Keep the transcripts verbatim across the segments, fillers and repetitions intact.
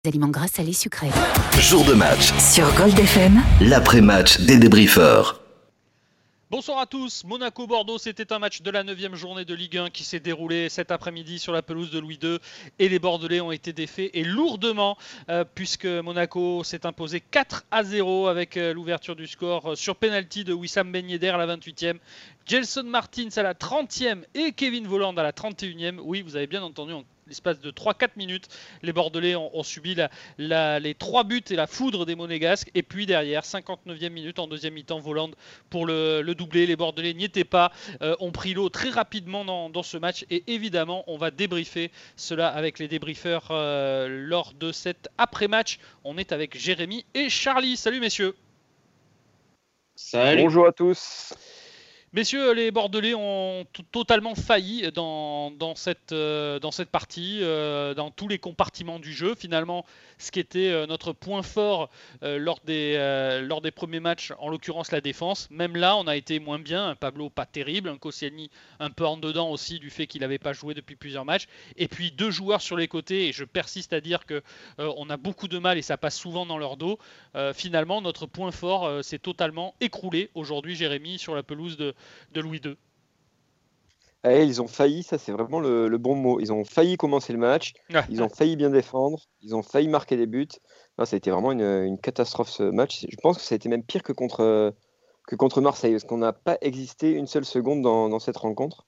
Aliments gras, salés, sucrés. Jour de match. Sur Gold F M. L'après-match des débriefeurs. Bonsoir à tous, Monaco-Bordeaux, c'était un match de la neuvième journée de Ligue un qui s'est déroulé cet après-midi sur la pelouse de Louis deux et les Bordelais ont été défaits et lourdement euh, puisque Monaco s'est imposé quatre à zéro avec euh, l'ouverture du score sur penalty de Wissam Ben Yedder à la vingt-huitième, Gelson Martins à la trentième et Kevin Volland à la trente et unième. Oui, vous avez bien entendu, en l'espace de trois à quatre minutes, les Bordelais ont, ont subi la, la, les trois buts et la foudre des Monégasques. Et puis derrière, cinquante-neuvième minute en deuxième mi-temps, Volland pour le, le doublé. Les Bordelais n'y étaient pas, euh, ont pris l'eau très rapidement dans, dans ce match. Et évidemment, on va débriefer cela avec les débriefeurs euh, lors de cet après-match. On est avec Jérémy et Charlie. Salut messieurs. Salut. Bonjour à tous. Messieurs, les Bordelais ont t- totalement failli dans, dans, cette, euh, dans cette partie, euh, dans tous les compartiments du jeu. Finalement, ce qui était euh, notre point fort euh, lors, des, euh, lors des premiers matchs, en l'occurrence la défense, même là, on a été moins bien. Un Pablo pas terrible, un Koscielny un peu en dedans aussi du fait qu'il n'avait pas joué depuis plusieurs matchs. Et puis deux joueurs sur les côtés, et je persiste à dire qu'on euh, a beaucoup de mal et ça passe souvent dans leur dos. Euh, finalement, notre point fort euh, s'est totalement écroulé aujourd'hui, Jérémy, sur la pelouse de de Louis deux. Eh, ils ont failli, ça c'est vraiment le, le bon mot. Ils ont failli commencer le match, ils ont failli bien défendre, ils ont failli marquer des buts. Non, ça a été vraiment une, une catastrophe ce match. Je pense que ça a été même pire que contre, que contre Marseille, parce qu'on n'a pas existé une seule seconde dans, dans cette rencontre.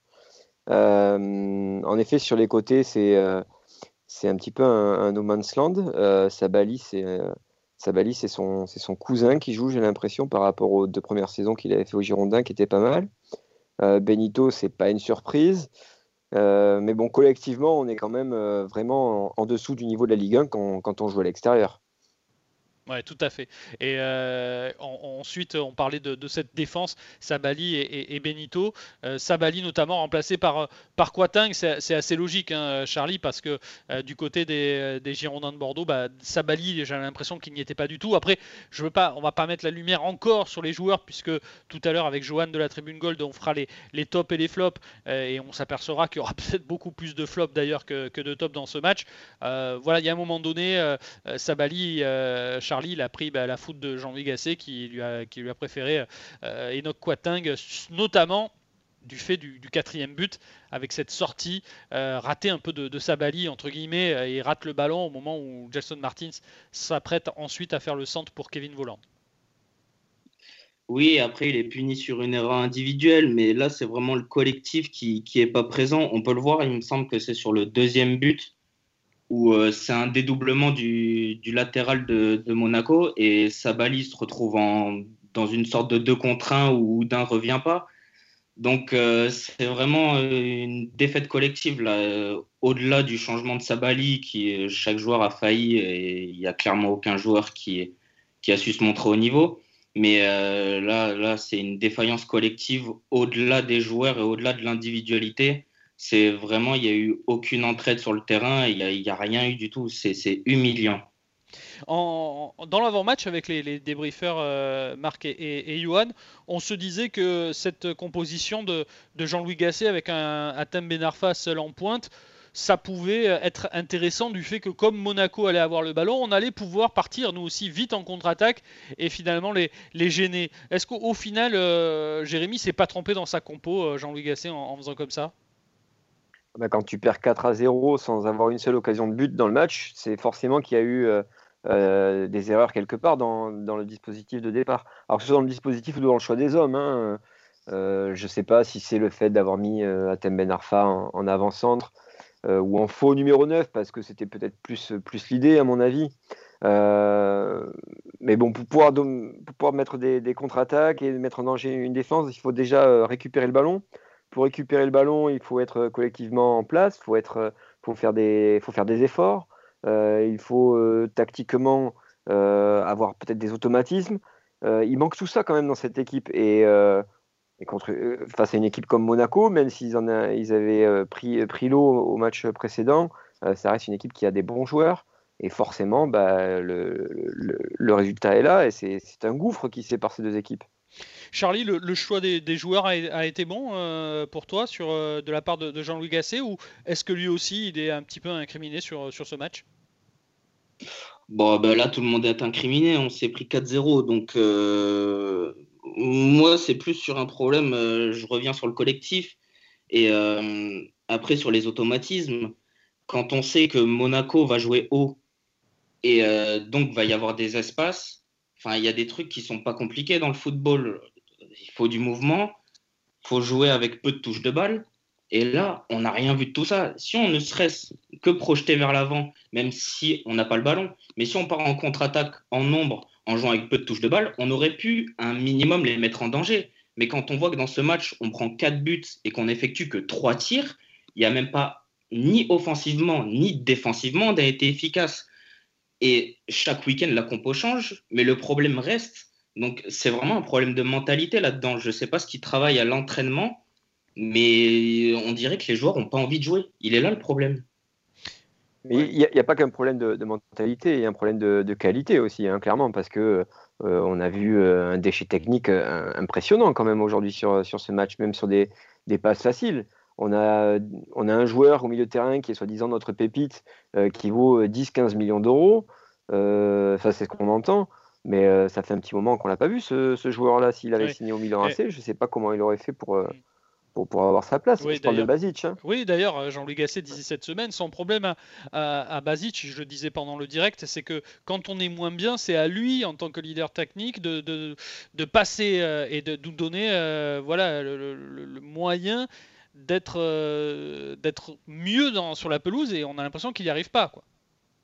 Euh, en effet, sur les côtés, c'est, euh, c'est un petit peu un, un no man's land. Euh, Sabali, c'est... Euh, Sabali, c'est son, c'est son cousin qui joue, j'ai l'impression, par rapport aux deux premières saisons qu'il avait fait au Girondins, qui était pas mal. Euh, Benito, c'est pas une surprise. Euh, mais bon, collectivement, on est quand même euh, vraiment en, en dessous du niveau de la Ligue un quand, quand on joue à l'extérieur. Ouais, tout à fait. Et euh, en, ensuite, on parlait de, de cette défense, Sabali et, et, et Benito. Euh, Sabali notamment remplacé par, par Kouateng, c'est, c'est assez logique, hein, Charlie, parce que euh, du côté des, des Girondins de Bordeaux, bah, Sabali, j'ai l'impression qu'il n'y était pas du tout. Après, je veux pas, on va pas mettre la lumière encore sur les joueurs, puisque tout à l'heure, avec Johan de la Tribune Gold, on fera les, les tops et les flops, euh, et on s'apercevra qu'il y aura peut-être beaucoup plus de flops d'ailleurs que, que de tops dans ce match. Euh, voilà, il y a un moment donné, euh, Sabali, euh, Charlie, il a pris bah, la faute de Jean-Louis Gasset qui lui a, qui lui a préféré euh, Enoch Kouateng, notamment du fait du, du quatrième but, avec cette sortie euh, ratée un peu de, de Sabali, entre guillemets, euh, et rate le ballon au moment où Gelson Martins s'apprête ensuite à faire le centre pour Kevin Volland. Oui, après, il est puni sur une erreur individuelle, mais là, c'est vraiment le collectif qui qui est pas présent. On peut le voir, il me semble que c'est sur le deuxième but, où euh, c'est un dédoublement du, du latéral de, de Monaco et Sabali se retrouve en, dans une sorte de deux contre un où d'un ne revient pas. Donc euh, c'est vraiment une défaite collective là. Euh, au-delà du changement de Sabali, qui chaque joueur a failli et il n'y a clairement aucun joueur qui, qui a su se montrer au niveau. Mais euh, là, là, c'est une défaillance collective au-delà des joueurs et au-delà de l'individualité. C'est vraiment, il n'y a eu aucune entraide sur le terrain, il n'y a, il y a rien eu du tout, c'est, c'est humiliant. En, dans l'avant-match avec les, les débriefeurs euh, Marc et, et, et Johan, on se disait que cette composition de, de Jean-Louis Gasset avec un Hatem Ben Arfa seul en pointe, ça pouvait être intéressant du fait que comme Monaco allait avoir le ballon, on allait pouvoir partir nous aussi vite en contre-attaque et finalement les, les gêner. Est-ce qu'au final, euh, Jérémy s'est pas trompé dans sa compo, euh, Jean-Louis Gasset, en, en faisant comme ça? Bah, quand tu perds quatre à zéro sans avoir une seule occasion de but dans le match, c'est forcément qu'il y a eu euh, euh, des erreurs quelque part dans, dans le dispositif de départ. Alors que ce soit dans le dispositif ou dans le choix des hommes, hein, euh, je ne sais pas si c'est le fait d'avoir mis euh, Hatem Ben Arfa en, en avant-centre euh, ou en faux numéro neuf, parce que c'était peut-être plus, plus l'idée à mon avis. Euh, mais bon, pour pouvoir, pour pouvoir mettre des, des contre-attaques et mettre en danger une défense, il faut déjà euh, récupérer le ballon. Pour récupérer le ballon, il faut être collectivement en place, il faut, être, faut faire, des, faut faire des efforts, euh, il faut euh, tactiquement euh, avoir peut-être des automatismes. Euh, il manque tout ça quand même dans cette équipe. Et, euh, et contre, euh, face à une équipe comme Monaco, même s'ils en a, ils avaient euh, pris, pris l'eau au match précédent, euh, ça reste une équipe qui a des bons joueurs. Et forcément, bah, le, le, le résultat est là. Et c'est, c'est un gouffre qui sépare ces deux équipes. Charlie, le, le choix des, des joueurs a, a été bon euh, pour toi sur, euh, de la part de, de Jean-Louis Gasset ou est-ce que lui aussi il est un petit peu incriminé sur, sur ce match? Bon, ben là, tout le monde est incriminé. On s'est pris quatre zéro. Donc, euh, moi, c'est plus sur un problème. Euh, je reviens sur le collectif. Et euh, après, sur les automatismes, quand on sait que Monaco va jouer haut et euh, donc va y avoir des espaces, enfin, il y a des trucs qui sont pas compliqués dans le football. Il faut du mouvement, il faut jouer avec peu de touches de balle. Et là, on n'a rien vu de tout ça. Si on ne serait-ce que projeté vers l'avant, même si on n'a pas le ballon, mais si on part en contre-attaque en nombre, en jouant avec peu de touches de balle, on aurait pu un minimum les mettre en danger. Mais quand on voit que dans ce match, on prend quatre buts et qu'on n'effectue que trois tirs, il n'y a même pas, ni offensivement, ni défensivement, on a été efficace. Et chaque week-end, la compo change, mais le problème reste. Donc, c'est vraiment un problème de mentalité là-dedans. Je ne sais pas ce qui travaille à l'entraînement, mais on dirait que les joueurs n'ont pas envie de jouer. Il est là le problème. Mais il n'y a, a pas qu'un problème de, de mentalité, il y a un problème de, de qualité aussi, hein, clairement, parce que euh, on a vu euh, un déchet technique euh, impressionnant quand même aujourd'hui sur, sur ce match, même sur des, des passes faciles. On a, on a un joueur au milieu de terrain qui est soi-disant notre pépite, euh, qui vaut dix à quinze millions d'euros. Euh, ça, c'est ce qu'on entend. Mais euh, ça fait un petit moment qu'on l'a pas vu, ce, ce joueur-là. S'il avait Oui. signé au Milan A C, Et... je ne sais pas comment il aurait fait pour... Euh, Pour, pour avoir sa place. Oui, je parle de Basic. Hein. Oui, d'ailleurs, Jean-Louis Gasset disait cette semaine, son problème à, à, à Basic, je le disais pendant le direct, c'est que quand on est moins bien, c'est à lui, en tant que leader technique, de, de, de passer euh, et de nous donner euh, voilà, le, le, le moyen d'être, euh, d'être mieux dans, sur la pelouse, et on a l'impression qu'il n'y arrive pas, quoi.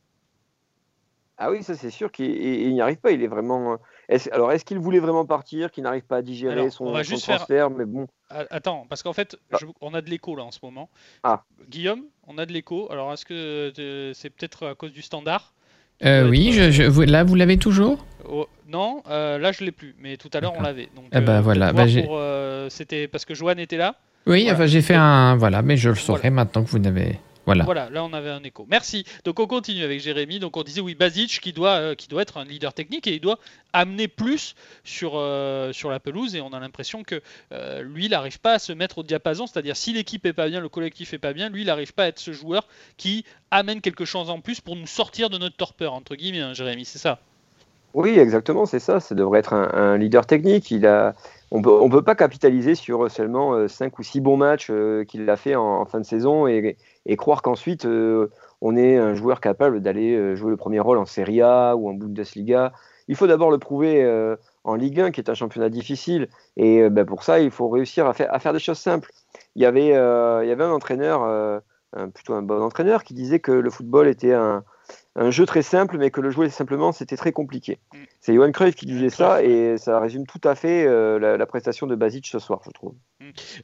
Ah oui, ça c'est sûr qu'il n'y arrive pas. Il est vraiment. Est-ce... Alors, est-ce qu'il voulait vraiment partir, qu'il n'arrive pas à digérer Alors, son, on va son juste transfert faire... Mais bon. Attends, parce qu'en fait, Ah. je... on a de l'écho là en ce moment. Ah. Guillaume, on a de l'écho. Alors, est-ce que euh, c'est peut-être à cause du standard? euh, Oui, être... je, je... Vous, là, vous l'avez toujours? Oh, non, euh, là je l'ai plus, mais tout à l'heure D'accord. on l'avait. Donc, eh ben, euh, voilà. Bah, pour, euh, c'était parce que Johan était là. Oui, voilà. enfin j'ai fait un. Voilà, mais je le saurai voilà. Maintenant que vous n'avez. Voilà. Voilà, là on avait un écho. Merci. Donc on continue avec Jérémy. Donc on disait oui, Basic qui doit, euh, qui doit être un leader technique et il doit amener plus sur, euh, sur la pelouse. Et on a l'impression que euh, lui, il n'arrive pas à se mettre au diapason. C'est-à-dire si l'équipe est pas bien, le collectif est pas bien, lui, il n'arrive pas à être ce joueur qui amène quelque chose en plus pour nous sortir de notre torpeur, entre guillemets, hein, Jérémy, c'est ça? Oui, exactement, c'est ça. Ça devrait être un, un leader technique. Il a... On peut, ne peut pas capitaliser sur seulement cinq ou six bons matchs euh, qu'il a fait en, en fin de saison et, et croire qu'ensuite euh, on est un joueur capable d'aller euh, jouer le premier rôle en Serie A ou en Bundesliga. Il faut d'abord le prouver euh, en Ligue un, qui est un championnat difficile. Et euh, ben pour ça, il faut réussir à faire, à faire des choses simples. Il y avait, euh, il y avait un entraîneur, euh, un, plutôt un bon entraîneur, qui disait que le football était un... un jeu très simple, mais que le jouer simplement, c'était très compliqué. Mm. C'est Johan Cruyff qui disait Cruyff, ça, et ça résume tout à fait euh, la, la prestation de Basic ce soir, je trouve. Mm.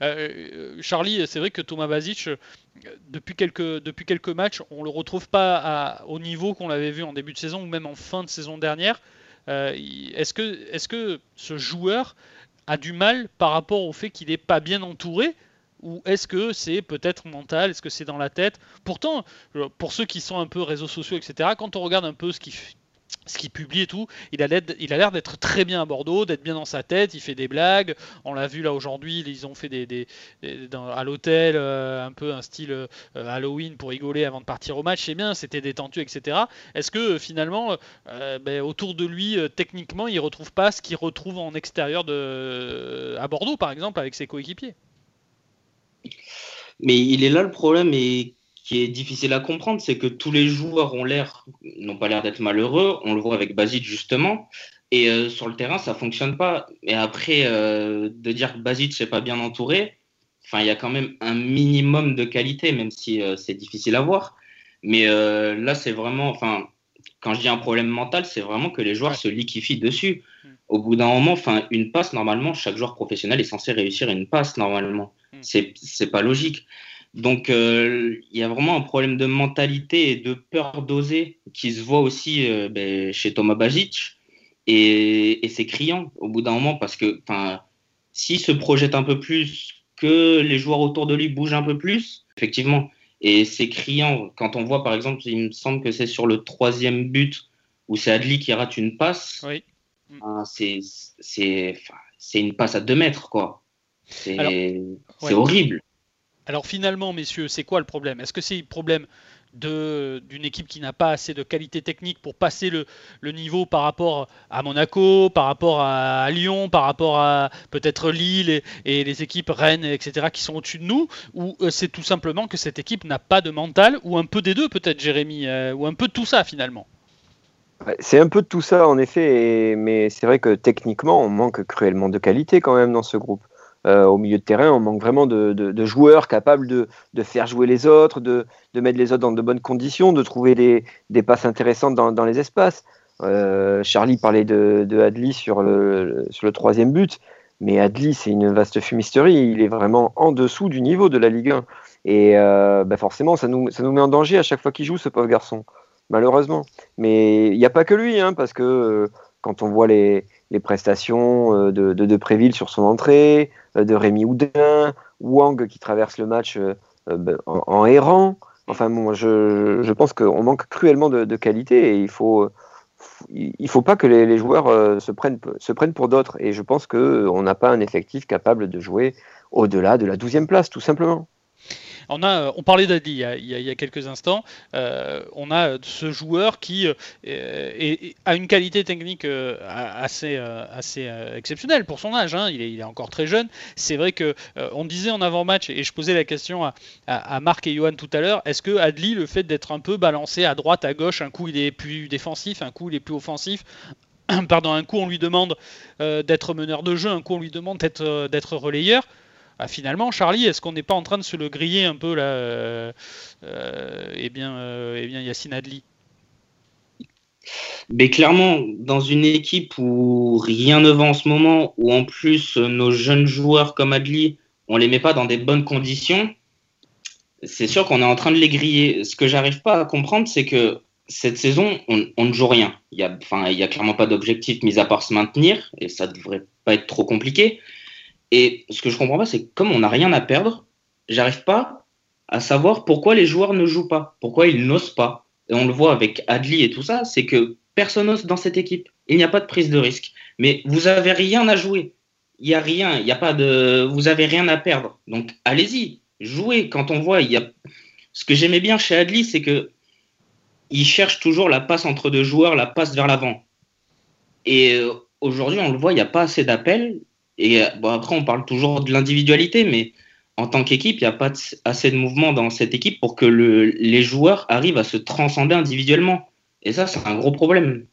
Euh, Charlie, c'est vrai que Thomas Basic, depuis quelques, depuis quelques matchs, on ne le retrouve pas à, au niveau qu'on l'avait vu en début de saison, ou même en fin de saison dernière. Euh, est-ce que, est-ce que ce joueur a du mal par rapport au fait qu'il n'est pas bien entouré ? Ou est-ce que c'est peut-être mental? Est-ce que c'est dans la tête? Pourtant, pour ceux qui sont un peu réseaux sociaux, et cetera, quand on regarde un peu ce qu'il, ce qu'il publie et tout, il a, l'air, il a l'air d'être très bien à Bordeaux, d'être bien dans sa tête, il fait des blagues. On l'a vu là aujourd'hui, ils ont fait des, des, des dans, à l'hôtel, euh, un peu un style euh, Halloween pour rigoler avant de partir au match. C'est bien, c'était détendu, et cetera. Est-ce que finalement, euh, ben, autour de lui, euh, techniquement, il ne retrouve pas ce qu'il retrouve en extérieur de, euh, à Bordeaux, par exemple, avec ses coéquipiers? Mais il est là le problème et qui est difficile à comprendre, c'est que tous les joueurs ont l'air, n'ont pas l'air d'être malheureux. On le voit avec Basic justement, et euh, sur le terrain ça fonctionne pas. Et après euh, de dire que Basic c'est pas bien entouré, enfin il y a quand même un minimum de qualité, même si euh, c'est difficile à voir. Mais euh, là c'est vraiment, enfin quand je dis un problème mental, c'est vraiment que les joueurs ouais. se liquéfient dessus. Mmh. Au bout d'un moment, enfin une passe normalement, chaque joueur professionnel est censé réussir une passe normalement. C'est, c'est pas logique. Donc, il euh, y a vraiment un problème de mentalité et de peur d'oser qui se voit aussi euh, ben, chez Thomas Basic. Et, et c'est criant au bout d'un moment parce que s'il se projette un peu plus, que les joueurs autour de lui bougent un peu plus, effectivement. Et c'est criant. Quand on voit, par exemple, il me semble que c'est sur le troisième but où c'est Adli qui rate une passe. Oui. C'est, c'est, c'est une passe à deux mètres, quoi. C'est, Alors, c'est ouais. horrible. Alors finalement, messieurs, c'est quoi le problème? Est-ce que c'est le problème de, d'une équipe qui n'a pas assez de qualité technique pour passer le, le niveau par rapport à Monaco, par rapport à, à Lyon, par rapport à peut-être Lille et, et les équipes Rennes, et cetera qui sont au-dessus de nous, ou euh, c'est tout simplement que cette équipe n'a pas de mental, ou un peu des deux peut-être, Jérémy, euh, ou un peu de tout ça finalement. C'est un peu de tout ça en effet, et, mais c'est vrai que techniquement on manque cruellement de qualité quand même dans ce groupe. Euh, au milieu de terrain, on manque vraiment de, de, de joueurs capables de, de faire jouer les autres, de, de mettre les autres dans de bonnes conditions, de trouver des, des passes intéressantes dans, dans les espaces. Euh, Charlie parlait de, de Adli sur le, sur le troisième but, mais Adli, c'est une vaste fumisterie. Il est vraiment en dessous du niveau de la Ligue un. Et euh, bah forcément, ça nous, ça nous met en danger à chaque fois qu'il joue, ce pauvre garçon, malheureusement. Mais il n'y a pas que lui, hein, parce que euh, quand on voit les, les prestations de, de, de Préville sur son entrée, de Rémi Houdin, Wang qui traverse le match euh, en, en errant. Enfin, bon, je, je pense qu'on manque cruellement de, de qualité et il faut, il faut pas que les, les joueurs euh, se, prennent, se prennent pour d'autres. Et je pense qu'on n'a pas un effectif capable de jouer au-delà de la douzième place, tout simplement. On, a, on parlait d'Adli il, il, il y a quelques instants. Euh, on a ce joueur qui euh, est, est, a une qualité technique euh, assez, euh, assez euh, exceptionnelle pour son âge. Hein. Il, est, il est encore très jeune. C'est vrai que euh, on disait en avant-match, et je posais la question à, à, à Marc et Johan tout à l'heure, est-ce que Adli, le fait d'être un peu balancé à droite, à gauche, un coup il est plus défensif, un coup il est plus offensif, pardon, un coup on lui demande euh, d'être meneur de jeu, un coup on lui demande d'être, euh, d'être relayeur. Ah, finalement, Charlie, est-ce qu'on n'est pas en train de se le griller un peu là euh, euh, Eh bien, euh, eh bien, Yacine Adli. Mais clairement, dans une équipe où rien ne va en ce moment, où en plus nos jeunes joueurs comme Adli, on les met pas dans des bonnes conditions, c'est sûr qu'on est en train de les griller. Ce que j'arrive pas à comprendre, c'est que cette saison, on, on ne joue rien. Il y a, enfin, il y a clairement pas d'objectif mis à part se maintenir, et ça devrait pas être trop compliqué. Et ce que je comprends pas, c'est que comme on n'a rien à perdre, j'arrive pas à savoir pourquoi les joueurs ne jouent pas, pourquoi ils n'osent pas. Et on le voit avec Adli et tout ça, c'est que personne n'ose dans cette équipe. Il n'y a pas de prise de risque. Mais vous avez rien à jouer. Il y a rien, il y a pas de, vous avez rien à perdre. Donc allez-y, jouez. Quand on voit, il y a. Ce que j'aimais bien chez Adli, c'est que il cherche toujours la passe entre deux joueurs, la passe vers l'avant. Et aujourd'hui, on le voit, il n'y a pas assez d'appels. Et bon, après, on parle toujours de l'individualité, mais en tant qu'équipe, il n'y a pas de, assez de mouvement dans cette équipe pour que le, les joueurs arrivent à se transcender individuellement. Et ça, c'est un gros problème.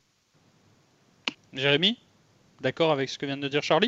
Jérémy, d'accord avec ce que vient de dire Charlie ?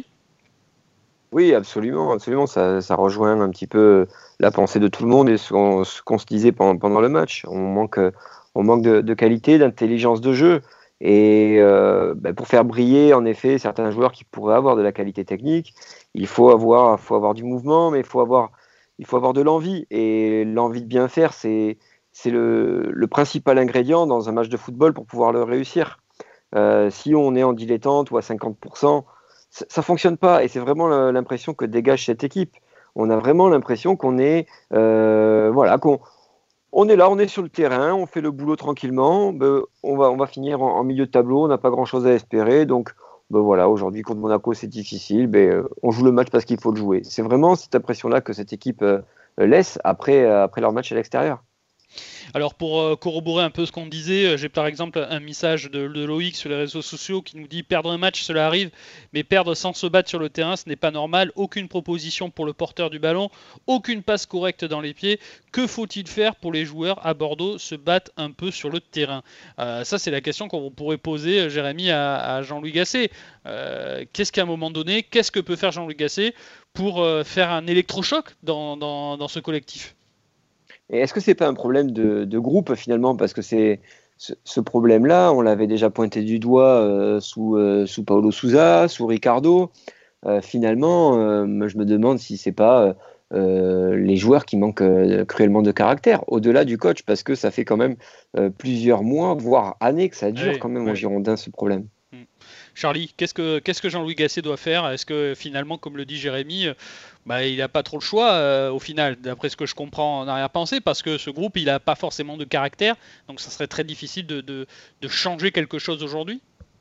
Oui, absolument, absolument. Ça, ça rejoint un petit peu la pensée de tout le monde et ce qu'on, ce qu'on se disait pendant, pendant le match. On manque, on manque de, de qualité, d'intelligence de jeu. Et euh, ben pour faire briller, en effet, certains joueurs qui pourraient avoir de la qualité technique, il faut avoir, faut avoir du mouvement, mais il faut avoir, il faut avoir de l'envie. Et l'envie de bien faire, c'est, c'est le, le principal ingrédient dans un match de football pour pouvoir le réussir. Euh, si on est en dilettante ou à cinquante pour cent, ça ne fonctionne pas. Et c'est vraiment l'impression que dégage cette équipe. On a vraiment l'impression qu'on est, euh, voilà, qu'on On est là, on est sur le terrain, on fait le boulot tranquillement, ben, on, va, on va finir en, en milieu de tableau, on n'a pas grand-chose à espérer, donc ben voilà, aujourd'hui contre Monaco c'est difficile, ben, on joue le match parce qu'il faut le jouer. C'est vraiment cette impression-là que cette équipe euh, laisse après, euh, après leur match à l'extérieur. Alors pour euh, corroborer un peu ce qu'on disait, euh, j'ai par exemple un message de, de Loïc sur les réseaux sociaux qui nous dit « Perdre un match, cela arrive, mais perdre sans se battre sur le terrain, ce n'est pas normal. Aucune proposition pour le porteur du ballon, aucune passe correcte dans les pieds. Que faut-il faire pour les joueurs à Bordeaux se battre un peu sur le terrain ?» euh, Ça, c'est la question qu'on pourrait poser, Jérémy, à, à Jean-Louis Gasset. Euh, qu'est-ce qu'à un moment donné, qu'est-ce que peut faire Jean-Louis Gasset pour euh, faire un électrochoc dans, dans, dans ce collectif ? Et est-ce que c'est pas un problème de, de groupe finalement, parce que c'est ce, ce problème-là, on l'avait déjà pointé du doigt euh, sous, euh, sous Paulo Sousa, sous Ricardo. Euh, finalement, euh, je me demande si c'est pas euh, les joueurs qui manquent euh, cruellement de caractère, au-delà du coach, parce que ça fait quand même euh, plusieurs mois, voire années que ça dure oui, quand même oui. en Girondins ce problème. Charlie, qu'est-ce que, qu'est-ce que Jean-Louis Gasset doit faire ? Est-ce que finalement, comme le dit Jérémy, bah, il n'a pas trop le choix euh, au final, d'après ce que je comprends en arrière-pensée, parce que ce groupe, il n'a pas forcément de caractère, donc ça serait très difficile de, de, de changer quelque chose aujourd'hui ?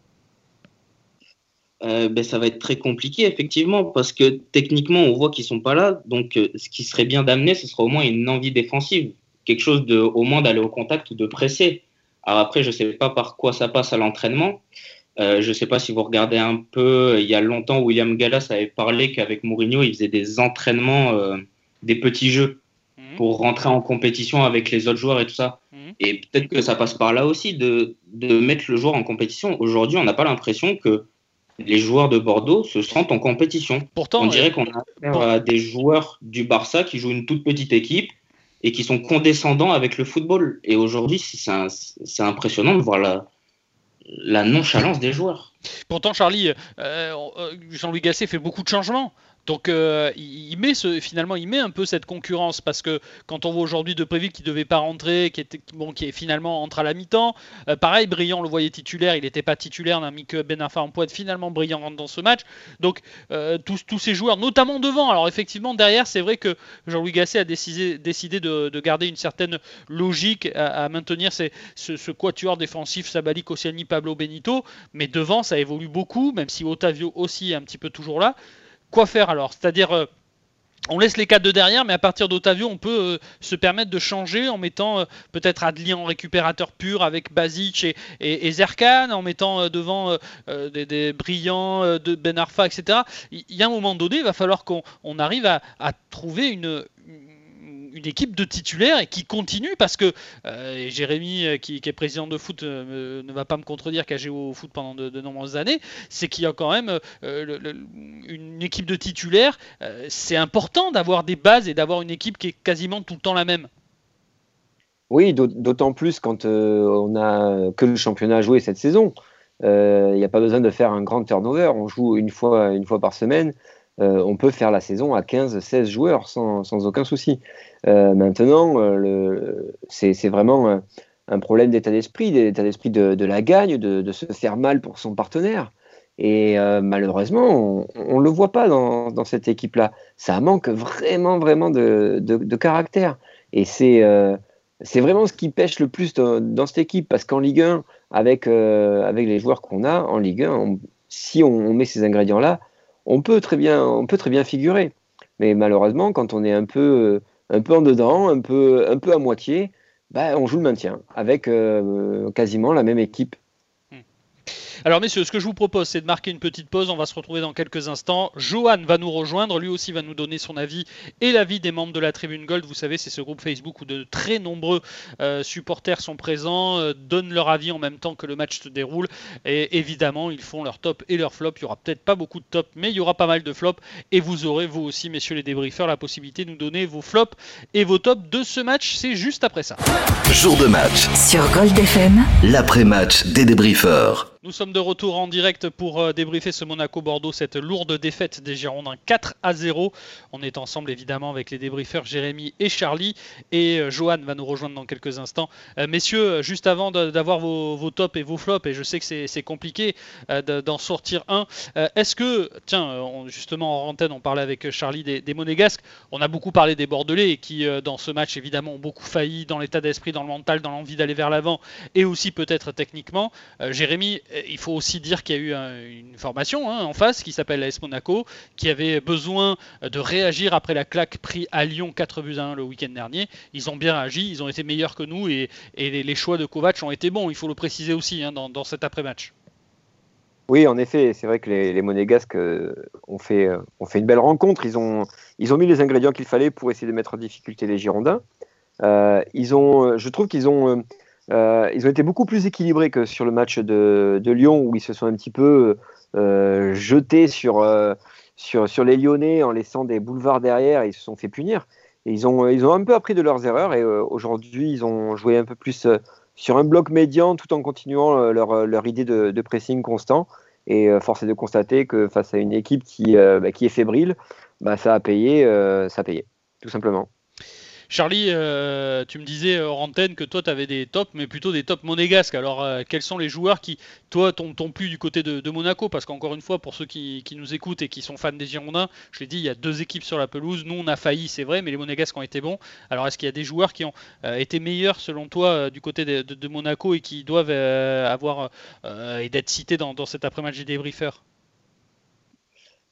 euh, ben, Ça va être très compliqué, effectivement, parce que techniquement, on voit qu'ils ne sont pas là, donc euh, ce qui serait bien d'amener, ce serait au moins une envie défensive. quelque chose de, au moins d'aller au contact ou de presser. Alors après, je ne sais pas par quoi ça passe à l'entraînement. Euh, je ne sais pas si vous regardez un peu, il y a longtemps, William Gallas avait parlé qu'avec Mourinho, il faisait des entraînements, euh, des petits jeux mmh. pour rentrer en compétition avec les autres joueurs et tout ça. Mmh. Et peut-être que ça passe par là aussi, de, de mettre le joueur en compétition. Aujourd'hui, on n'a pas l'impression que les joueurs de Bordeaux se sentent en compétition. Pourtant, on dirait euh, qu'on a affaire bon. à des joueurs du Barça qui jouent une toute petite équipe et qui sont condescendants avec le football. Et aujourd'hui, c'est, un, c'est impressionnant de voir la, la nonchalance des joueurs. Pourtant, Charlie, euh, Jean-Louis Gasset fait beaucoup de changements. Donc euh, il met ce, finalement il met un peu cette concurrence, parce que quand on voit aujourd'hui Depréville qui devait pas rentrer, qui était bon, qui est finalement entre à la mi-temps, euh, pareil Brillant le voyait titulaire, il n'était pas titulaire, on a mis que Ben Arfa en pointe, finalement Brillant rentre dans ce match. Donc euh, tous, tous ces joueurs, notamment devant, alors effectivement derrière c'est vrai que Jean-Louis Gasset a décidé, décidé de, de garder une certaine logique à, à maintenir ces, ce, ce quatuor défensif Sabali, Koscielny, Pablo, Benito, mais devant ça évolue beaucoup, même si Otavio aussi est un petit peu toujours là. Quoi faire alors ? C'est-à-dire, euh, on laisse les quatre de derrière, mais à partir d'Otavio, on peut euh, se permettre de changer en mettant euh, peut-être Adli en récupérateur pur avec Basic et, et, et Zerkan, en mettant euh, devant euh, des, des brillants euh, de Ben Arfa, et cetera. Il y a un moment donné, il va falloir qu'on on arrive à, à trouver une... une une équipe de titulaires et qui continue, parce que euh, et Jérémy euh, qui, qui est président de foot euh, ne va pas me contredire, qui a joué au foot pendant de, de nombreuses années, c'est qu'il y a quand même euh, le, le, une équipe de titulaires, euh, c'est important d'avoir des bases et d'avoir une équipe qui est quasiment tout le temps la même. Oui, d'autant plus quand euh, on a que le championnat à jouer cette saison. Il euh, n'y a pas besoin de faire un grand turnover, on joue une fois, une fois par semaine. Euh, on peut faire la saison à quinze seize joueurs sans, sans aucun souci. Euh, maintenant, euh, le, c'est, c'est vraiment un, un problème d'état d'esprit, d'état d'esprit de, de la gagne, de, de se faire mal pour son partenaire. Et euh, malheureusement, on ne le voit pas dans, dans cette équipe-là. Ça manque vraiment, vraiment de, de, de caractère. Et c'est, euh, c'est vraiment ce qui pêche le plus dans, dans cette équipe, parce qu'en Ligue un, avec, euh, avec les joueurs qu'on a, en Ligue un, on, si on, on met ces ingrédients-là, on peut très bien, on peut très bien figurer. Mais malheureusement, quand on est un peu, un peu en dedans, un peu, un peu à moitié, bah, on joue le maintien avec euh, quasiment la même équipe. Alors messieurs, ce que je vous propose, c'est de marquer une petite pause. On va se retrouver dans quelques instants. Johan va nous rejoindre, lui aussi va nous donner son avis et l'avis des membres de la Tribune Gold. Vous savez, c'est ce groupe Facebook où de très nombreux euh, supporters sont présents, euh, donnent leur avis en même temps que le match se déroule. Et évidemment, ils font leur top et leur flop. Il n'y aura peut-être pas beaucoup de top, mais il y aura pas mal de flops. Et vous aurez, vous aussi, messieurs les débriefeurs, la possibilité de nous donner vos flops et vos tops de ce match. C'est juste après ça. Jour de match. Sur Gold F M. L'après-match des débriefeurs. Nous sommes de retour en direct pour euh, débriefer ce Monaco-Bordeaux, cette lourde défaite des Girondins quatre à zéro. On est ensemble évidemment avec les débriefeurs Jérémy et Charlie, et euh, Johan va nous rejoindre dans quelques instants. Euh, messieurs, juste avant de, d'avoir vos, vos tops et vos flops, et je sais que c'est, c'est compliqué euh, de, d'en sortir un, euh, est-ce que, tiens, on, justement en antenne on parlait avec Charlie des, des Monégasques, on a beaucoup parlé des Bordelais qui euh, dans ce match évidemment ont beaucoup failli dans l'état d'esprit, dans le mental, dans l'envie d'aller vers l'avant, et aussi peut-être techniquement. Euh, Jérémy, il faut aussi dire qu'il y a eu un, une formation hein, en face qui s'appelle l'A S Monaco, qui avait besoin de réagir après la claque prise à Lyon quatre buts à un le week-end dernier. Ils ont bien réagi, ils ont été meilleurs que nous, et, et les, les choix de Kovac ont été bons, il faut le préciser aussi hein, dans, dans cet après-match. Oui, en effet, c'est vrai que les, les Monégasques euh, ont, fait, euh, ont fait une belle rencontre. Ils ont, ils ont mis les ingrédients qu'il fallait pour essayer de mettre en difficulté les Girondins. Euh, ils ont, je trouve qu'ils ont... Euh, Euh, ils ont été beaucoup plus équilibrés que sur le match de, de Lyon, où ils se sont un petit peu euh, jetés sur, euh, sur, sur les Lyonnais en laissant des boulevards derrière, et ils se sont fait punir. Et ils, ont, ils ont un peu appris de leurs erreurs, et euh, aujourd'hui ils ont joué un peu plus euh, sur un bloc médian tout en continuant euh, leur, leur idée de, de pressing constant. Et euh, force est de constater que face à une équipe qui, euh, bah, qui est fébrile, bah, ça a payé, euh, ça a payé, tout simplement. Charlie, euh, tu me disais hors antenne que toi tu avais des tops, mais plutôt des tops monégasques. Alors euh, quels sont les joueurs qui, toi, t'ont, t'ont plu du côté de, de Monaco ? Parce qu'encore une fois, pour ceux qui, qui nous écoutent et qui sont fans des Girondins, je l'ai dit, il y a deux équipes sur la pelouse. Nous on a failli, c'est vrai, mais les Monégasques ont été bons. Alors est-ce qu'il y a des joueurs qui ont euh, été meilleurs selon toi euh, du côté de, de, de Monaco et qui doivent euh, avoir euh, et d'être cités dans, dans cet après-match des débriefeurs ?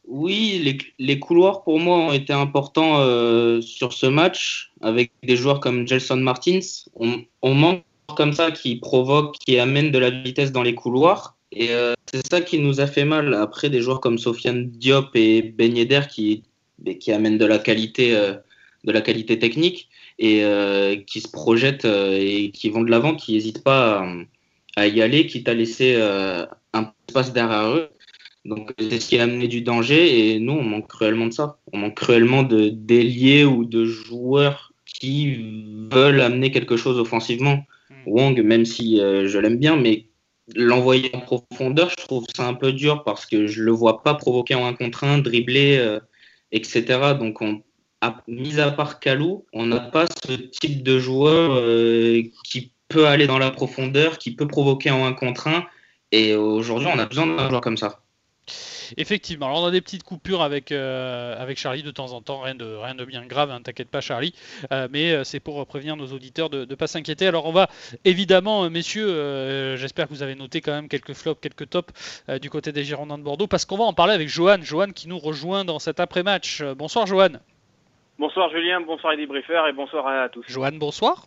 Oui, les, les couloirs pour moi ont été importants euh, sur ce match avec des joueurs comme Gelson Martins. On, on manque comme ça qui provoquent, qui amènent de la vitesse dans les couloirs. Et euh, c'est ça qui nous a fait mal. Après, des joueurs comme Sofiane Diop et Ben Yedder qui, qui amènent de la qualité, euh, de la qualité technique et euh, qui se projettent euh, et qui vont de l'avant, qui n'hésitent pas à, à y aller, quitte à laisser euh, un espace derrière eux. Donc, c'est ce qui a amené du danger et nous, on manque cruellement de ça. On manque cruellement de d'ailiers ou de joueurs qui veulent amener quelque chose offensivement. Mmh. Wang, même si euh, je l'aime bien, mais l'envoyer en profondeur, je trouve ça un peu dur parce que je le vois pas provoquer en un contre un, dribbler, euh, et cetera. Donc, on, à, mis à part Kalou, on n'a pas ce type de joueur euh, qui peut aller dans la profondeur, qui peut provoquer en un contre un. Et aujourd'hui, on a besoin d'un joueur comme ça. Effectivement, alors on a des petites coupures avec, euh, avec Charlie de temps en temps, rien de, rien de bien grave, hein, t'inquiète pas Charlie, euh, mais euh, c'est pour prévenir nos auditeurs de ne pas s'inquiéter. Alors on va évidemment, euh, messieurs, euh, j'espère que vous avez noté quand même quelques flops, quelques tops euh, du côté des Girondins de Bordeaux, parce qu'on va en parler avec Johan, Johan qui nous rejoint dans cet après-match. Euh, bonsoir Johan. Bonsoir Julien, bonsoir les débriefeurs et bonsoir à tous. Johan, bonsoir.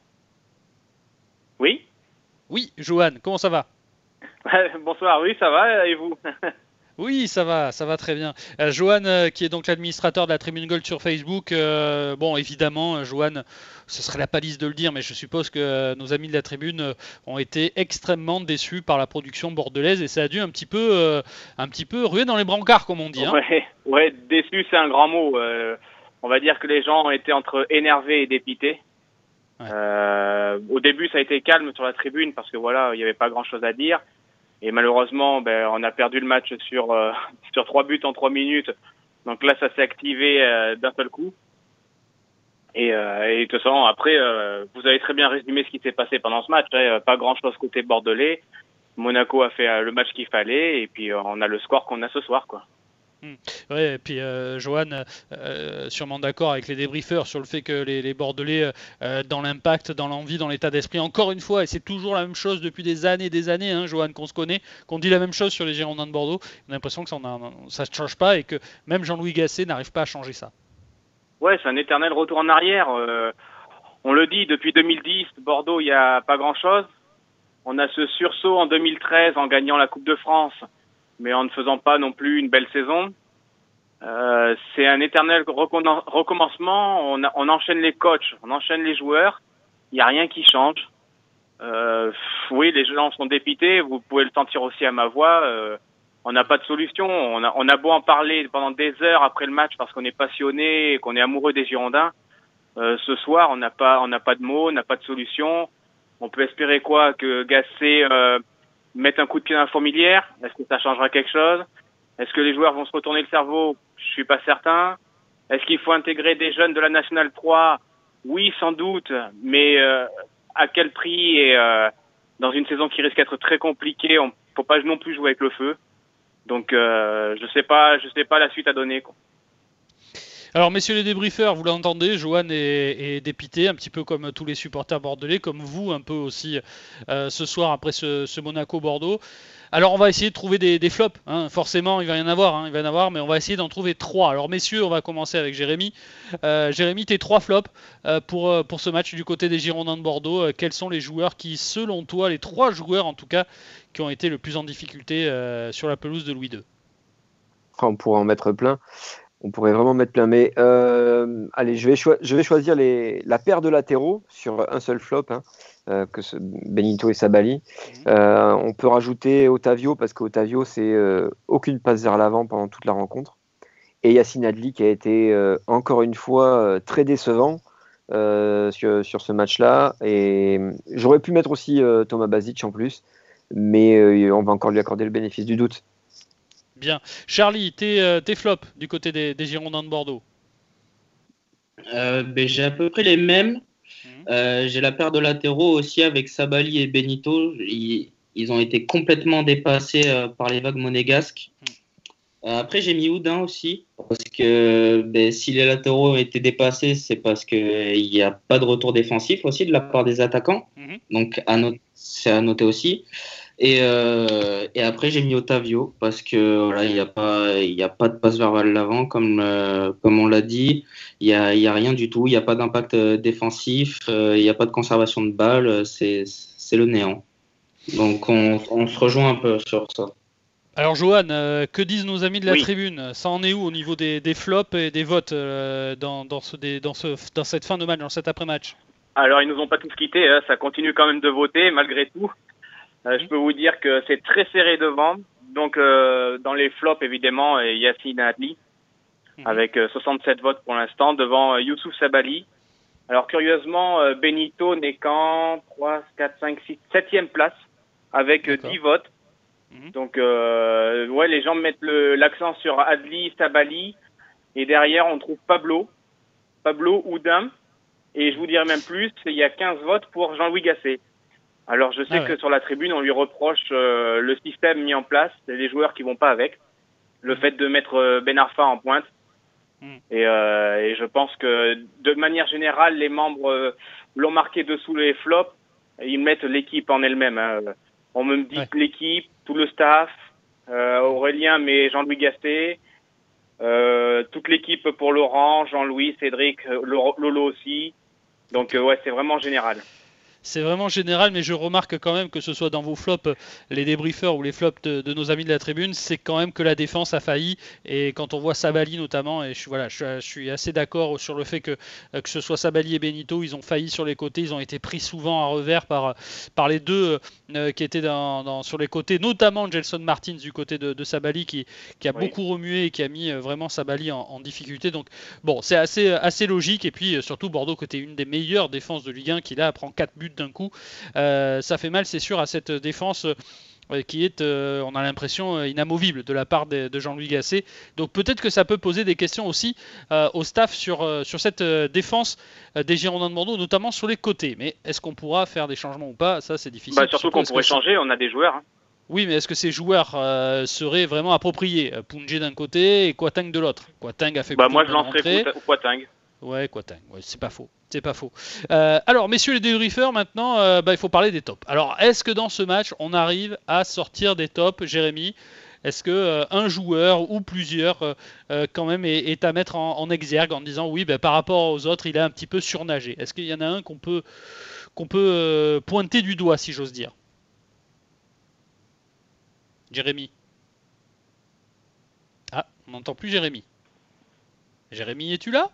Oui. Oui, Johan, comment ça va? Bonsoir, oui ça va, et vous? Oui, ça va, ça va très bien. Euh, Johan, euh, qui est donc l'administrateur de la Tribune Gold sur Facebook, euh, bon, évidemment, euh, Johan, ce serait la palisse de le dire, mais je suppose que euh, nos amis de la Tribune euh, ont été extrêmement déçus par la production bordelaise et ça a dû un petit peu, euh, un petit peu ruer dans les brancards, comme on dit. Hein. Ouais, ouais, déçu, c'est un grand mot. Euh, on va dire que les gens ont été entre énervés et dépités. Ouais. Euh, au début, ça a été calme sur la Tribune parce que voilà, il n'y avait pas grand-chose à dire. Et malheureusement, ben, on a perdu le match sur euh, sur trois buts en trois minutes. Donc là, ça s'est activé euh, d'un seul coup. Et, euh, et de toute façon, après, euh, vous avez très bien résumé ce qui s'est passé pendant ce match. Hein. Pas grand-chose côté bordelais. Monaco a fait euh, le match qu'il fallait. Et puis, euh, on a le score qu'on a ce soir, quoi. Mmh. Ouais, et puis euh, Johan, euh, sûrement d'accord avec les débriefeurs sur le fait que les, les Bordelais, euh, dans l'impact, dans l'envie, dans l'état d'esprit, encore une fois, et c'est toujours la même chose depuis des années et des années, hein, Johan, qu'on se connaît, qu'on dit la même chose sur les Girondins de Bordeaux, on a l'impression que ça ne change pas et que même Jean-Louis Gasset n'arrive pas à changer ça. Ouais, c'est un éternel retour en arrière. Euh, on le dit, depuis deux mille dix, Bordeaux, il n'y a pas grand-chose. On a ce sursaut en deux mille treize en gagnant la Coupe de France, mais en ne faisant pas non plus une belle saison. Euh, c'est un éternel recommencement. On, a, on enchaîne les coachs, on enchaîne les joueurs. Il n'y a rien qui change. Euh, oui, les gens sont dépités. Vous pouvez le sentir aussi à ma voix. Euh, on n'a pas de solution. On a, on a beau en parler pendant des heures après le match parce qu'on est passionné et qu'on est amoureux des Girondins. Euh, ce soir, on n'a pas, on n'a pas de mots, on n'a pas de solution. On peut espérer quoi? Que Gasset euh, mette un coup de pied dans la fourmilière? Est-ce que ça changera quelque chose? Est-ce que les joueurs vont se retourner le cerveau? Je suis pas certain. Est-ce qu'il faut intégrer des jeunes de la Nationale trois? Oui, sans doute, mais euh, à quel prix? Et euh, dans une saison qui risque d'être très compliquée, on faut pas non plus jouer avec le feu. Donc, euh, je sais pas, je sais pas la suite à donner, quoi. Alors, messieurs les débriefeurs, vous l'entendez, Johan est, est dépité, un petit peu comme tous les supporters bordelais, comme vous un peu aussi euh, ce soir après ce, ce Monaco-Bordeaux. Alors, on va essayer de trouver des, des flops. Hein. Forcément, il va y en avoir, hein, il va y en avoir, mais on va essayer d'en trouver trois. Alors, messieurs, on va commencer avec Jérémy. Euh, Jérémy, tes trois flops euh, pour, pour ce match du côté des Girondins de Bordeaux. Euh, quels sont les joueurs qui, selon toi, les trois joueurs en tout cas, qui ont été le plus en difficulté euh, sur la pelouse de Louis deux? On pourrait en mettre plein. On pourrait vraiment mettre plein. Mais euh, allez, je vais, cho- je vais choisir les, la paire de latéraux sur un seul flop, hein, euh, que ce Benito et Sabali. Mmh. Euh, on peut rajouter Otavio, parce qu'Otavio, c'est euh, aucune passe vers l'avant pendant toute la rencontre. Et Yacine Adli, qui a été euh, encore une fois euh, très décevant euh, sur, sur ce match-là. Et j'aurais pu mettre aussi euh, Thomas Basic en plus, mais euh, on va encore lui accorder le bénéfice du doute. Bien. Charlie, tes, euh, tes flops du côté des, des Girondins de Bordeaux? euh, ben, J'ai à peu près les mêmes. Mmh. Euh, j'ai la paire de latéraux aussi avec Sabali et Benito. Ils, ils ont été complètement dépassés euh, par les vagues monégasques. Mmh. Euh, après, j'ai mis Houdin aussi. Parce que ben, si les latéraux ont été dépassés, c'est parce qu'il n'y a pas de retour défensif aussi de la part des attaquants. Mmh. Donc, à not- c'est à noter aussi. Et, euh, et après, j'ai mis Otavio parce que voilà, il n'y a pas, il y a pas de passe vers l'avant, comme, euh, comme on l'a dit. Il n'y a, il y a rien du tout. Il n'y a pas d'impact défensif. Euh, il n'y a pas de conservation de balles. C'est, c'est le néant. Donc, on, on se rejoint un peu sur ça. Alors, Johan, euh, que disent nos amis de la Oui. tribune? Ça en est où au niveau des, des flops et des votes euh, dans, dans, ce, des, dans, ce, dans cette fin de match, dans cet après-match? Alors, ils nous ont pas tous quittés, hein. Ça continue quand même de voter, malgré tout. Euh, je peux vous dire que c'est très serré devant. Donc, euh, dans les flops, évidemment, il y a Yassine Adli, mmh. avec euh, soixante-sept votes pour l'instant, devant euh, Youssouf Sabaly. Alors, curieusement, euh, Benito n'est qu'en trois, quatre, cinq, six, septième place, avec euh, dix votes. Mmh. Donc, euh, ouais, les gens mettent le, l'accent sur Adli, Sabaly. Et derrière, on trouve Pablo, Pablo Oudin. Et je vous dirais même plus, il y a quinze votes pour Jean-Louis Gasset. Alors, je sais ah ouais. que sur la tribune, on lui reproche euh, le système mis en place, et les joueurs qui vont pas avec, le mmh. fait de mettre euh, Ben Arfa en pointe. Mmh. Et, euh, et je pense que, de manière générale, les membres euh, l'ont marqué dessous les flops, et ils mettent l'équipe en elle-même. Hein. On me dit ouais. que l'équipe, tout le staff, euh, Aurélien met Jean-Louis Gasset, euh, toute l'équipe pour Laurent, Jean-Louis, Cédric, Lolo aussi. Donc, euh, ouais, c'est vraiment général. C'est vraiment général, mais je remarque quand même que ce soit dans vos flops, les débriefeurs ou les flops de, de nos amis de la tribune, c'est quand même que la défense a failli. Et quand on voit Sabaly notamment, et je, voilà, je, je suis assez d'accord sur le fait que que ce soit Sabaly et Benito, ils ont failli sur les côtés, ils ont été pris souvent à revers par par les deux euh, qui étaient dans, dans, sur les côtés, notamment Gelson Martins du côté de, de Sabaly qui qui a oui. beaucoup remué et qui a mis vraiment Sabaly en, en difficulté. Donc bon, c'est assez assez logique. Et puis surtout Bordeaux, côté une des meilleures défenses de Ligue un, qui là prend quatre buts d'un coup, euh, ça fait mal, c'est sûr, à cette défense euh, qui est, euh, on a l'impression, euh, inamovible de la part de, de Jean-Louis Gasset. Donc peut-être que ça peut poser des questions aussi euh, au staff sur, euh, sur cette euh, défense euh, des Girondins de Bordeaux, notamment sur les côtés. Mais est-ce qu'on pourra faire des changements ou pas? Ça, c'est difficile. Bah, surtout, surtout qu'on pourrait changer, on a des joueurs. Hein. Oui, mais est-ce que ces joueurs euh, seraient vraiment appropriés? Pounjé d'un côté et Kouatang de l'autre. Kouatang a fait bah, moi, je lancerais Kouatang. Ouais, Kouatang, ouais, c'est pas faux. C'est pas faux. Euh, alors, messieurs les débriefeurs, maintenant, euh, bah, il faut parler des tops. Alors, est-ce que dans ce match, on arrive à sortir des tops, Jérémy? Est-ce que euh, un joueur ou plusieurs, euh, euh, quand même, est, est à mettre en, en exergue en disant oui, bah, par rapport aux autres, il a un petit peu surnagé? Est-ce qu'il y en a un qu'on peut, qu'on peut euh, pointer du doigt, si j'ose dire? Jérémy? Ah, on n'entend plus Jérémy. Jérémy, es-tu là?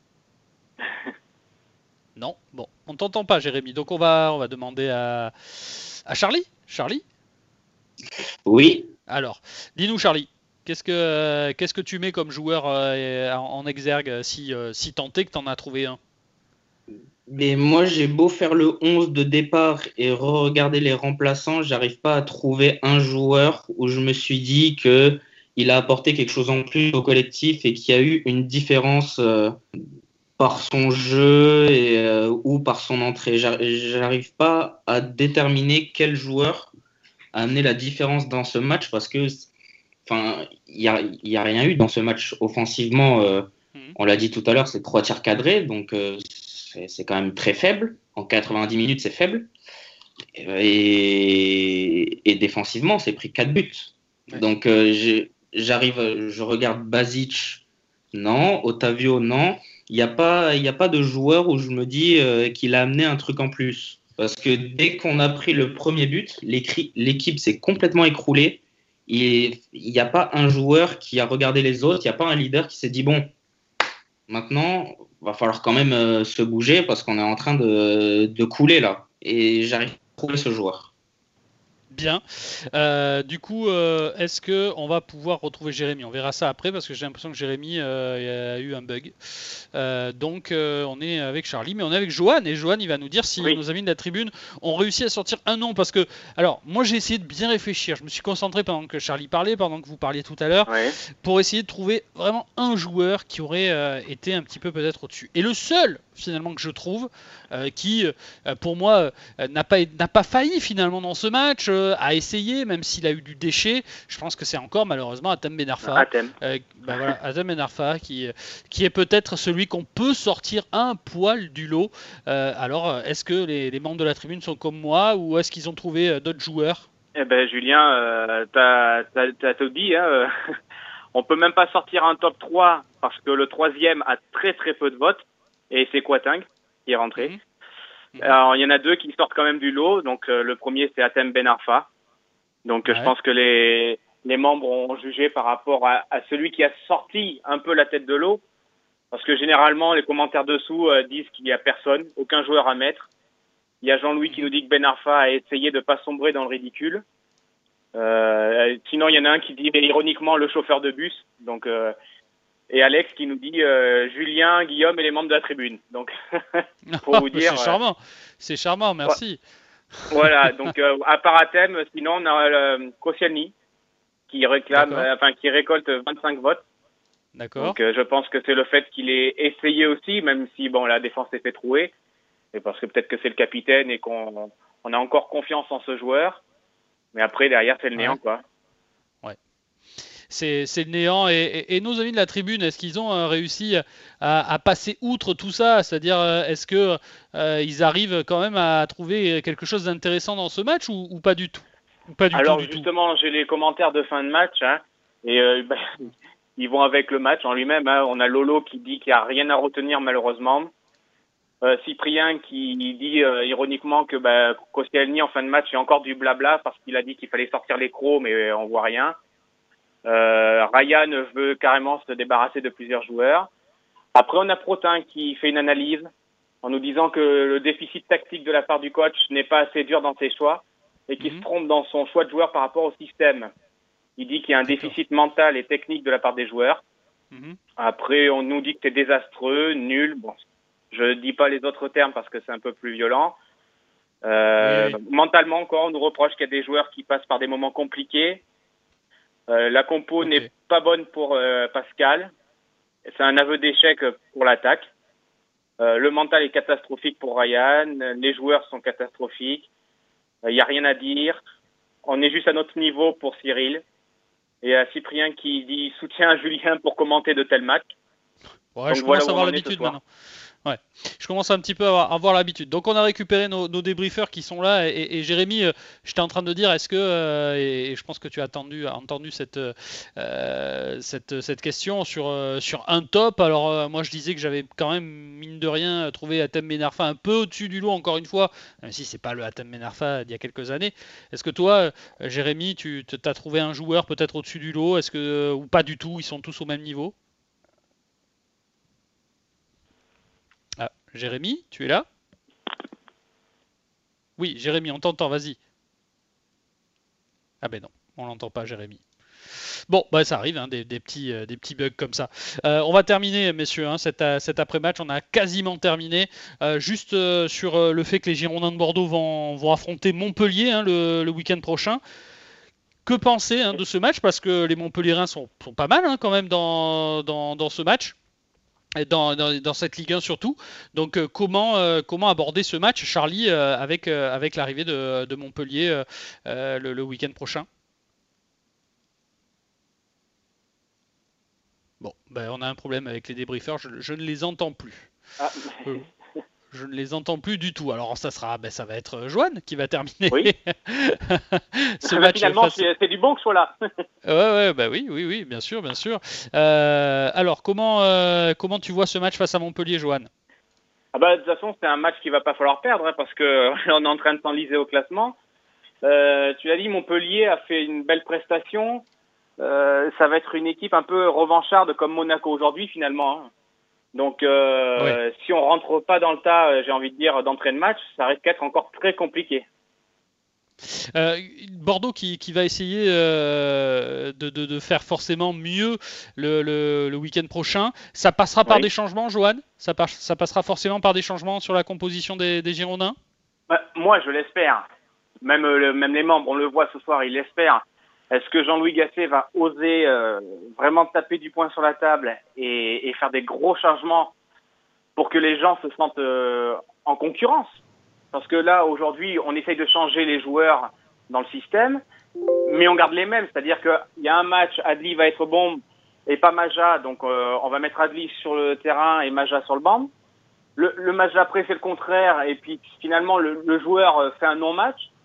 Non, bon, on t'entend pas, Jérémy. Donc on va, on va demander à, à Charlie. Charlie? Oui. Alors, dis-nous, Charlie, qu'est-ce que, qu'est-ce que tu mets comme joueur euh, en, en exergue, si, euh, si tant est que t'en as trouvé un? Mais moi, j'ai beau faire le onze de départ et re-regarder les remplaçants, j'arrive pas à trouver un joueur où je me suis dit que il a apporté quelque chose en plus au collectif et qu'il y a eu une différence. Euh, par son jeu et, euh, ou par son entrée. J'arrive pas à déterminer quel joueur a amené la différence dans ce match parce que enfin, il n'y a, y a rien eu dans ce match offensivement. Euh, mmh. On l'a dit tout à l'heure, c'est trois tirs cadrés, donc euh, c'est, c'est quand même très faible. En quatre-vingt-dix minutes, c'est faible. Et, et défensivement, c'est pris quatre buts. Ouais. Donc euh, j'arrive, je regarde Basic, non. Otavio, non. Il n'y a pas, il n'y a pas de joueur où je me dis euh, qu'il a amené un truc en plus. Parce que dès qu'on a pris le premier but, l'équipe s'est complètement écroulée. Il n'y a pas un joueur qui a regardé les autres. Il n'y a pas un leader qui s'est dit, bon, maintenant, il va falloir quand même euh, se bouger parce qu'on est en train de, de couler là. Et j'arrive à trouver ce joueur. Bien. Euh, du coup, euh, est-ce qu'on va pouvoir retrouver Jérémy? On verra ça après parce que j'ai l'impression que Jérémy euh, a eu un bug. Euh, donc, euh, on est avec Charlie, mais on est avec Johan. Et Johan, il va nous dire si oui. nos amis de la tribune ont réussi à sortir un nom. Parce que, alors, moi, j'ai essayé de bien réfléchir. Je me suis concentré pendant que Charlie parlait, pendant que vous parliez tout à l'heure, ouais. pour essayer de trouver vraiment un joueur qui aurait euh, été un petit peu peut-être au-dessus. Et le seul, finalement, que je trouve, euh, qui, euh, pour moi, euh, n'a pas, n'a pas failli finalement dans ce match, euh, a essayé, même s'il a eu du déchet. Je pense que c'est encore malheureusement Hatem Ben Arfa. Hatem. Euh, bah voilà, Hatem Ben Arfa qui, qui est peut-être celui qu'on peut sortir un poil du lot. Euh, alors, est-ce que les, les membres de la tribune sont comme moi ou est-ce qu'ils ont trouvé euh, d'autres joueurs? Eh ben Julien, euh, t'as, t'as, t'as tout dit. Hein. On peut même pas sortir un top trois parce que le troisième a très très peu de votes et c'est Kouating qui est rentré. Mmh. Alors il y en a deux qui sortent quand même du lot. Donc euh, le premier c'est Hatem Ben Arfa. Donc ouais. Je pense que les les membres ont jugé par rapport à, à celui qui a sorti un peu la tête de l'eau. Parce que généralement les commentaires dessous euh, disent qu'il y a personne, aucun joueur à mettre. Il y a Jean-Louis qui nous dit que Ben Arfa a essayé de pas sombrer dans le ridicule. Euh, sinon, il y en a un qui dit ironiquement le chauffeur de bus. Donc, euh, et Alex qui nous dit euh, Julien, Guillaume et les membres de la tribune. Donc, pour oh, vous dire. C'est charmant, euh, c'est charmant, merci. Voilà. Donc, euh, à part à thème, sinon on a euh, Koscielny qui réclame, euh, enfin qui récolte vingt-cinq votes. D'accord. Donc, euh, je pense que c'est le fait qu'il ait essayé aussi, même si bon la défense s'est fait trouer. Et parce que peut-être que c'est le capitaine et qu'on on a encore confiance en ce joueur. Mais après, derrière, c'est le néant, ouais. quoi. Ouais. C'est, c'est le néant. Et, et, et nos amis de la tribune, est-ce qu'ils ont euh, réussi à, à passer outre tout ça ? C'est-à-dire, euh, est-ce qu'ils euh, arrivent quand même à trouver quelque chose d'intéressant dans ce match ou, ou pas du tout ou pas du Alors, tout, du justement, tout. j'ai les commentaires de fin de match. Hein, et euh, bah, ils vont avec le match en lui-même. Hein. On a Lolo qui dit qu'il n'y a rien à retenir, malheureusement. Euh, Cyprien qui dit euh, ironiquement que bah, Koscielny en fin de match il y a encore du blabla parce qu'il a dit qu'il fallait sortir les crocs mais on voit rien. Euh, Ryan veut carrément se débarrasser de plusieurs joueurs. Après on a Protin qui fait une analyse en nous disant que le déficit tactique de la part du coach n'est pas assez dur dans ses choix et qu'il mmh. se trompe dans son choix de joueurs par rapport au système. Il dit qu'il y a un D'accord. déficit mental et technique de la part des joueurs. Mmh. Après on nous dit que c'est désastreux, nul. Bon. Je dis pas les autres termes parce que c'est un peu plus violent. Euh, oui, oui. Mentalement, encore, on nous reproche qu'il y a des joueurs qui passent par des moments compliqués. Euh, la compo okay. n'est pas bonne pour euh, Pascal. C'est un aveu d'échec pour l'attaque. Euh, le mental est catastrophique pour Ryan. Les joueurs sont catastrophiques. Il euh, n'y a rien à dire. On est juste à notre niveau pour Cyril. Et à Cyprien qui dit soutien à Julien pour commenter de tels matchs. Ouais, Donc, je voilà commence à avoir l'habitude maintenant. Ouais, je commence un petit peu à avoir, à avoir l'habitude. Donc on a récupéré nos, nos débriefeurs qui sont là et, et, et Jérémy, euh, j'étais en train de dire, est-ce que, euh, et, et je pense que tu as entendu, entendu cette, euh, cette, cette question sur, euh, sur un top. Alors euh, moi je disais que j'avais quand même, mine de rien, trouvé Hatem Ben Arfa un peu au-dessus du lot encore une fois, même si c'est pas le Hatem Ben Arfa d'il y a quelques années. Est-ce que toi, euh, Jérémy, tu as trouvé un joueur peut-être au-dessus du lot, est-ce que, ou pas du tout, ils sont tous au même niveau ? Jérémy, tu es là ? Oui, Jérémy, on t'entend, vas-y. Ah ben non, on l'entend pas, Jérémy. Bon, bah ça arrive, hein, des, des, petits, euh, des petits bugs comme ça. Euh, on va terminer, messieurs, hein, cet, cet après-match. On a quasiment terminé. Euh, juste euh, sur euh, le fait que les Girondins de Bordeaux vont, vont affronter Montpellier hein, le, le week-end prochain. Que penser hein, de ce match ? Parce que les Montpelliérains sont, sont pas mal hein, quand même dans, dans, dans ce match. Dans, dans, dans cette Ligue un surtout. Donc euh, comment, euh, comment aborder ce match, Charlie, euh, avec, euh, avec l'arrivée de, de Montpellier euh, euh, le, le week-end prochain ? Bon, ben, on a un problème avec les débriefeurs, je, je ne les entends plus. Ah. Euh, je ne les entends plus du tout. Alors ça sera, ben, ça va être Joanne qui va terminer. Oui. Ce match. Finalement, face... c'est, c'est du bon que je sois là. ouais, ouais, bah oui, oui, oui, bien sûr, bien sûr. Euh, alors comment, euh, comment tu vois ce match face à Montpellier, Joanne ? Ah bah, de toute façon, c'est un match qu'il va pas falloir perdre hein, parce que on est en train de s'enliser au classement. Euh, tu l'as dit, Montpellier a fait une belle prestation. Euh, ça va être une équipe un peu revancharde comme Monaco aujourd'hui finalement. Hein. Donc, euh, oui. si on rentre pas dans le tas, j'ai envie de dire, d'entrée de match, ça risque d'être encore très compliqué. Euh, Bordeaux qui, qui va essayer euh, de, de, de faire forcément mieux le, le, le week-end prochain. Ça passera par oui. des changements, Joanne ? ça, par, ça passera forcément par des changements sur la composition des, des Girondins ? bah, Moi, je l'espère. Même, le, même les membres, on le voit ce soir, ils l'espèrent. Est-ce que Jean-Louis Gasset va oser euh, vraiment taper du poing sur la table et, et faire des gros changements pour que les gens se sentent euh, en concurrence ? Parce que là, aujourd'hui, on essaye de changer les joueurs dans le système, mais on garde les mêmes. C'est-à-dire qu'il y a un match, Adli va être bon et pas Maja, donc euh, on va mettre Adli sur le terrain et Maja sur le banc. Le, le match d'après, c'est le contraire, et puis finalement, le, le joueur fait un non-match.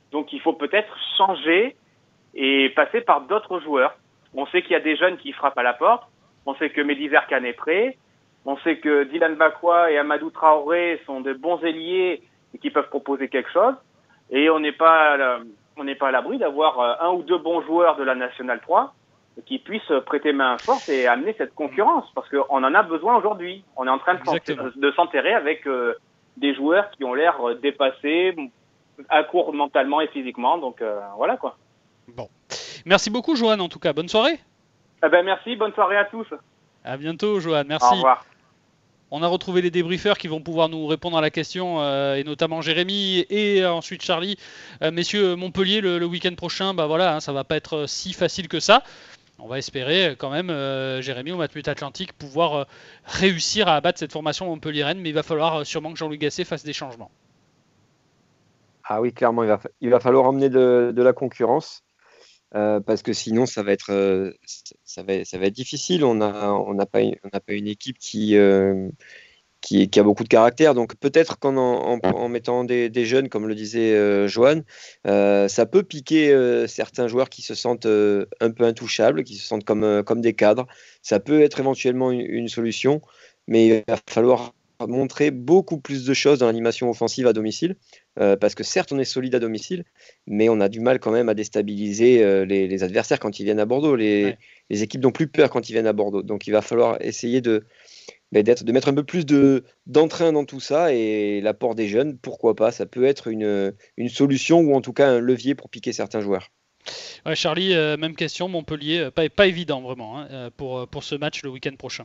Donc il faut peut-être changer et passer par d'autres joueurs. On sait qu'il y a des jeunes qui frappent à la porte. On sait que Mehdi Verkan est prêt. On sait que Dylan Bakwa et Amadou Traoré sont de bons ailiers et qui peuvent proposer quelque chose. Et on n'est pas, on n'est pas à l'abri d'avoir un ou deux bons joueurs de la Nationale trois qui puissent prêter main forte et amener cette concurrence. Parce qu'on en a besoin aujourd'hui. On est en train de, s'enterrer, de s'enterrer avec euh, des joueurs qui ont l'air dépassés, à court mentalement et physiquement. Donc euh, voilà quoi. Bon. Merci beaucoup, Johan, en tout cas. Bonne soirée. Eh ben, merci. Bonne soirée à tous. À bientôt, Johan. Merci. Au revoir. On a retrouvé les débriefeurs qui vont pouvoir nous répondre à la question, euh, et notamment Jérémy et euh, ensuite Charlie. Euh, messieurs, Montpellier, le, le week-end prochain, bah voilà, hein, ça va pas être si facile que ça. On va espérer quand même, euh, Jérémy, au Matmut Atlantique, pouvoir euh, réussir à abattre cette formation montpelliéraine, mais il va falloir euh, sûrement que Jean-Louis Gasset fasse des changements. Ah oui, clairement, il va, il va falloir emmener de, de la concurrence. Euh, parce que sinon ça va être euh, ça va ça va être difficile. On a on n'a pas on n'a pas une équipe qui, euh, qui qui a beaucoup de caractère. Donc peut-être qu'en en, en, en mettant des, des jeunes, comme le disait euh, Johan, euh, ça peut piquer euh, certains joueurs qui se sentent euh, un peu intouchables, qui se sentent comme euh, comme des cadres. Ça peut être éventuellement une, une solution, mais il va falloir montrer beaucoup plus de choses dans l'animation offensive à domicile, euh, parce que certes on est solide à domicile, mais on a du mal quand même à déstabiliser euh, les, les adversaires quand ils viennent à Bordeaux. Les, ouais. les équipes n'ont plus peur quand ils viennent à Bordeaux, donc il va falloir essayer de, d'être, de mettre un peu plus de, d'entrain dans tout ça, et l'apport des jeunes, pourquoi pas, ça peut être une, une solution ou en tout cas un levier pour piquer certains joueurs. Ouais, Charlie, euh, même question, Montpellier, pas, pas évident vraiment hein, pour, pour ce match le week-end prochain.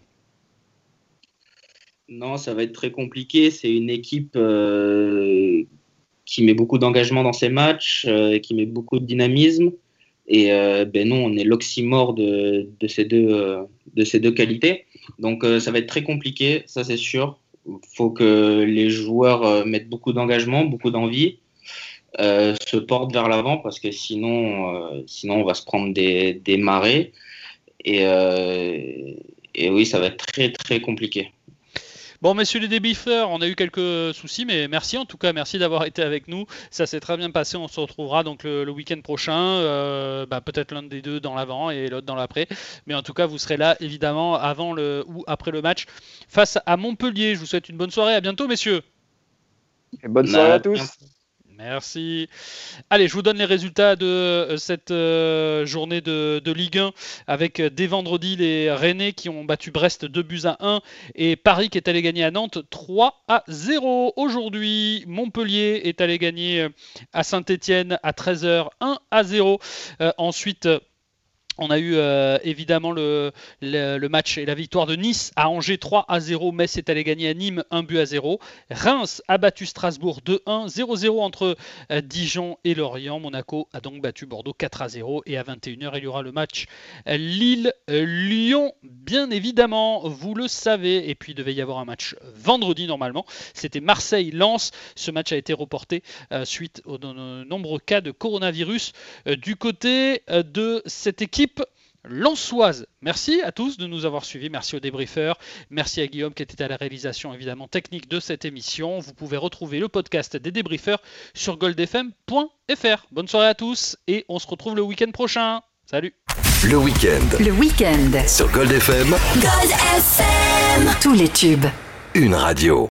Non, ça va être très compliqué. C'est une équipe euh, qui met beaucoup d'engagement dans ses matchs, euh, qui met beaucoup de dynamisme. Et euh, ben non, on est l'oxymore de, de, ces deux, euh, de ces deux qualités. Donc euh, ça va être très compliqué, ça c'est sûr. Il faut que les joueurs euh, mettent beaucoup d'engagement, beaucoup d'envie, euh, se portent vers l'avant parce que sinon, euh, sinon on va se prendre des, des marées. Et, euh, et oui, ça va être très très compliqué. Bon, messieurs les débriefeurs, on a eu quelques soucis, mais merci en tout cas, merci d'avoir été avec nous. Ça s'est très bien passé, on se retrouvera donc le, le week-end prochain, euh, bah, peut-être l'un des deux dans l'avant et l'autre dans l'après. Mais en tout cas, vous serez là évidemment avant le, ou après le match face à Montpellier. Je vous souhaite une bonne soirée, à bientôt messieurs. Et bonne soirée à tous. Merci. Allez, je vous donne les résultats de cette euh, journée de, de Ligue un avec dès vendredi les Rennais qui ont battu Brest deux buts à un et Paris qui est allé gagner à Nantes trois à zéro. Aujourd'hui, Montpellier est allé gagner à Saint-Étienne à treize heures un à zéro. Euh, ensuite, on a eu euh, évidemment le, le, le match et la victoire de Nice à Angers trois à zéro. Metz est allé gagner à Nîmes un but à zéro. Reims a battu Strasbourg deux un. zéro zéro entre euh, Dijon et Lorient. Monaco a donc battu Bordeaux quatre à zéro. Et à vingt et une heures, il y aura le match euh, Lille-Lyon. Bien évidemment, vous le savez. Et puis il devait y avoir un match vendredi normalement. C'était Marseille-Lens. Ce match a été reporté euh, suite aux de nombreux cas de coronavirus euh, du côté euh, de cette équipe lensoise. Merci à tous de nous avoir suivis. Merci aux débriefeurs. Merci à Guillaume qui était à la réalisation évidemment technique de cette émission. Vous pouvez retrouver le podcast des débriefeurs sur gold f m point f r. Bonne soirée à tous et on se retrouve le week-end prochain. Salut. Le week-end. Le week-end. Sur Gold F M. Gold F M. Tous les tubes. Une radio.